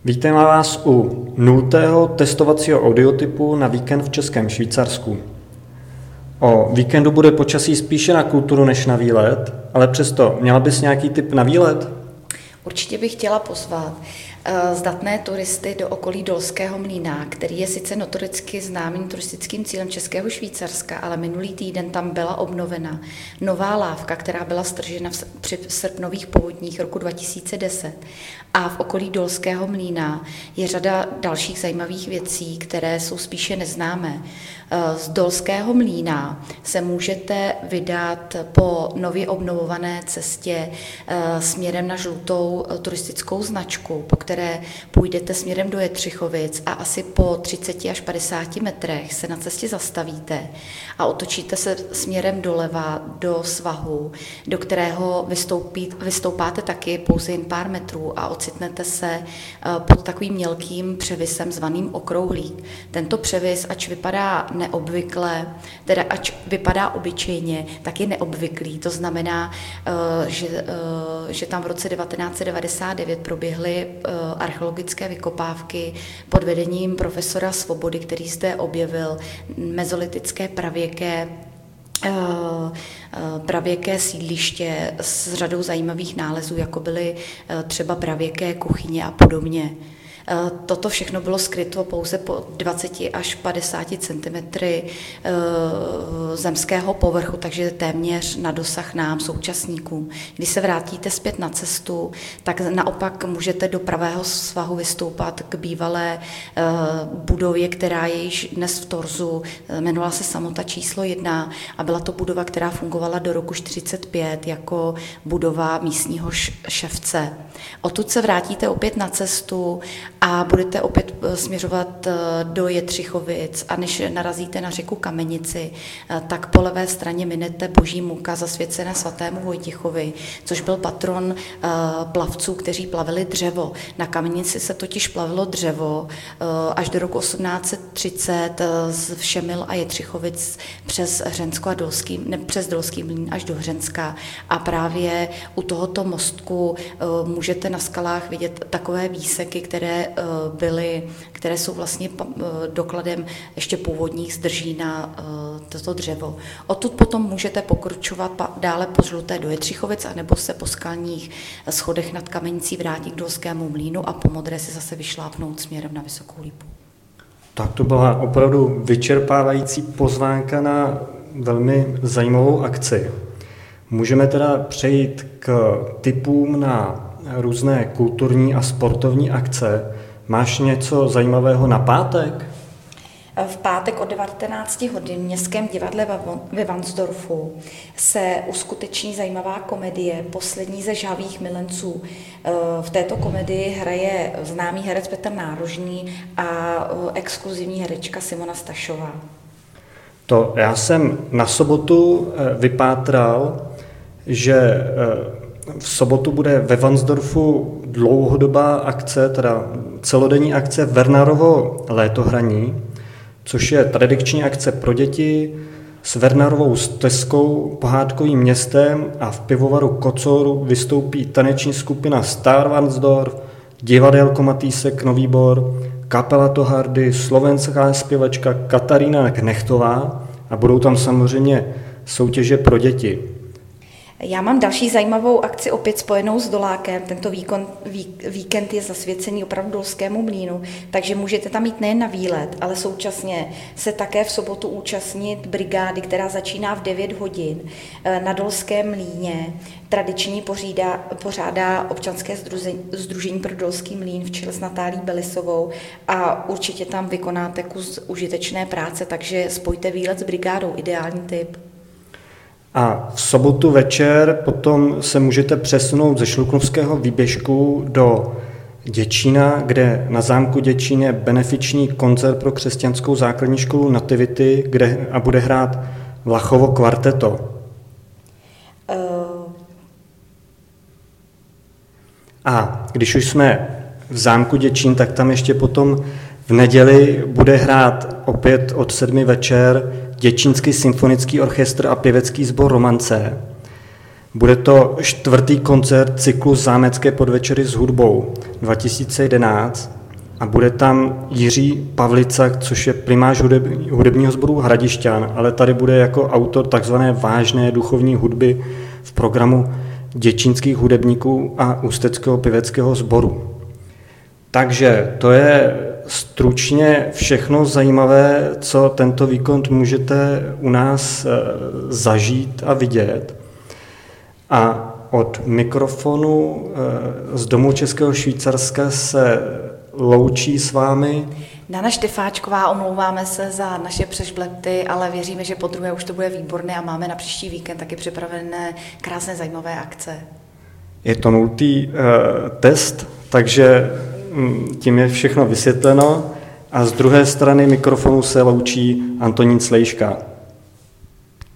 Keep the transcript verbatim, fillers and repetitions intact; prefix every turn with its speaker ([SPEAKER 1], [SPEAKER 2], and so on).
[SPEAKER 1] Vítám vás u nultého testovacího audiotypu na víkend v Českém Švýcarsku. O víkendu bude počasí spíše na kulturu než na výlet, ale přesto měla bys nějaký tip na výlet?
[SPEAKER 2] Určitě bych chtěla pozvat zdatné turisty do okolí Dolského mlýna, který je sice notoricky známým turistickým cílem Českého Švýcarska, ale minulý týden tam byla obnovena nová lávka, která byla stržena při srpnových povodních roku dva tisíce deset. A v okolí Dolského mlýna je řada dalších zajímavých věcí, které jsou spíše neznámé. Z Dolského mlýna se můžete vydat po nově obnovované cestě směrem na žlutou turistickou značku, po které půjdete směrem do Jetřichovic a asi po třiceti až padesáti metrech se na cestě zastavíte a otočíte se směrem doleva do svahu, do kterého vystoupí, vystoupáte taky pouze jen pár metrů a ocitnete se pod takovým mělkým převisem zvaným Okrouhlík. Tento převis, ač vypadá neobvykle, teda ač vypadá obyčejně, tak je neobvyklý. To znamená, že, že tam v roce devatenáct set devadesát devět proběhly archeologické vykopávky pod vedením profesora Svobody, který zde objevil mezolitické pravěké pravěké sídliště s řadou zajímavých nálezů, jako byly třeba pravěké kuchyně a podobně. Toto všechno bylo skryto pouze po dvaceti až padesáti centimetry zemského povrchu, takže téměř na dosah nám, současníkům. Když se vrátíte zpět na cestu, tak naopak můžete do pravého svahu vystoupat k bývalé budově, která je již dnes v torzu, jmenovala se Samota číslo jedna a byla to budova, která fungovala do roku čtyřicet pět jako budova místního ševce. Odtud se vrátíte opět na cestu a budete opět směřovat do Jetřichovic a než narazíte na řeku Kamenici, tak po levé straně minete Boží muka zasvěcené svatému Vojtěchovi, což byl patron plavců, kteří plavili dřevo. Na Kamenici se totiž plavilo dřevo až do roku osmnáct set třicet z Všemil a Jetřichovic přes Hřensko a Dolský, ne, přes Dolský mlýn až do Hřenska. A právě u tohoto mostku můžete na skalách vidět takové výseky, které byly, které jsou vlastně dokladem ještě původních zdrží na toto dřevo. Odtud potom můžete pokročovat dále po Žluté do Jetřichovic, anebo se po skalních schodech nad Kamenicí vrátit k Dolskému mlýnu a po Modré si zase vyšlápnout směrem na Vysokou Lípu.
[SPEAKER 1] Tak to byla opravdu vyčerpávající pozvánka na velmi zajímavou akci. Můžeme teda přejít k tipům na různé kulturní a sportovní akce. Máš něco zajímavého na pátek?
[SPEAKER 2] V pátek od devatenácti hodin v Městském divadle ve Varnsdorfu se uskuteční zajímavá komedie Poslední ze žhavých milenců. V této komedii hraje známý herec Petr Nárožný a exkluzivní herečka Simona Stašová.
[SPEAKER 1] To já jsem na sobotu vypátral, že v sobotu bude ve Varnsdorfu dlouhodobá akce, teda celodenní akce Wernerovo létohraní, což je tradiční akce pro děti s Wernerovou stezkou, pohádkovým městem a v pivovaru Kocouru vystoupí taneční skupina Star Varnsdorf, divadélko Matýsek Nový Bor, kapela Tohardy, slovenská zpěvačka Katarína Knechtová a budou tam samozřejmě soutěže pro děti.
[SPEAKER 2] Já mám další zajímavou akci opět spojenou s Dolákem. Tento víkend, víkend je zasvěcený opravdu Dolskému mlýnu, takže můžete tam jít nejen na výlet, ale současně se také v sobotu účastnit brigády, která začíná v devět hodin na Dolském mlýně. Tradiční pořídá, pořádá občanské sdružení, sdružení pro Dolský mlýn v čele s Natálí Belisovou a určitě tam vykonáte kus užitečné práce, takže spojte výlet s brigádou, ideální tip.
[SPEAKER 1] A v sobotu večer potom se můžete přesunout ze Šluknovského výběžku do Děčína, kde na zámku Děčín je benefiční koncert pro křesťanskou základní školu Nativity, kde a bude hrát Vlachovo kvarteto. Uh... A když už jsme v zámku Děčín, tak tam ještě potom v neděli bude hrát opět od sedmi večer Děčínský symfonický orchestr a pěvecký sbor Romance. Bude to čtvrtý koncert cyklu Zámecké podvečery s hudbou dva tisíce jedenáct a bude tam Jiří Pavlicak, což je primář hudebního sboru Hradišťan, ale tady bude jako autor takzvané vážné duchovní hudby v programu děčínských hudebníků a ústeckého pěveckého sboru. Takže to je stručně všechno zajímavé, co tento víkend můžete u nás zažít a vidět. A od mikrofonu z Domu Českého Švýcarska se loučí s vámi
[SPEAKER 2] Dana Štefáčková, omlouváme se za naše přešblety, ale věříme, že po druhé už to bude výborné a máme na příští víkend taky připravené krásné zajímavé akce. Je
[SPEAKER 1] to nultý uh, test, takže tím je všechno vysvětleno a z druhé strany mikrofonu se loučí Antonín Slejška.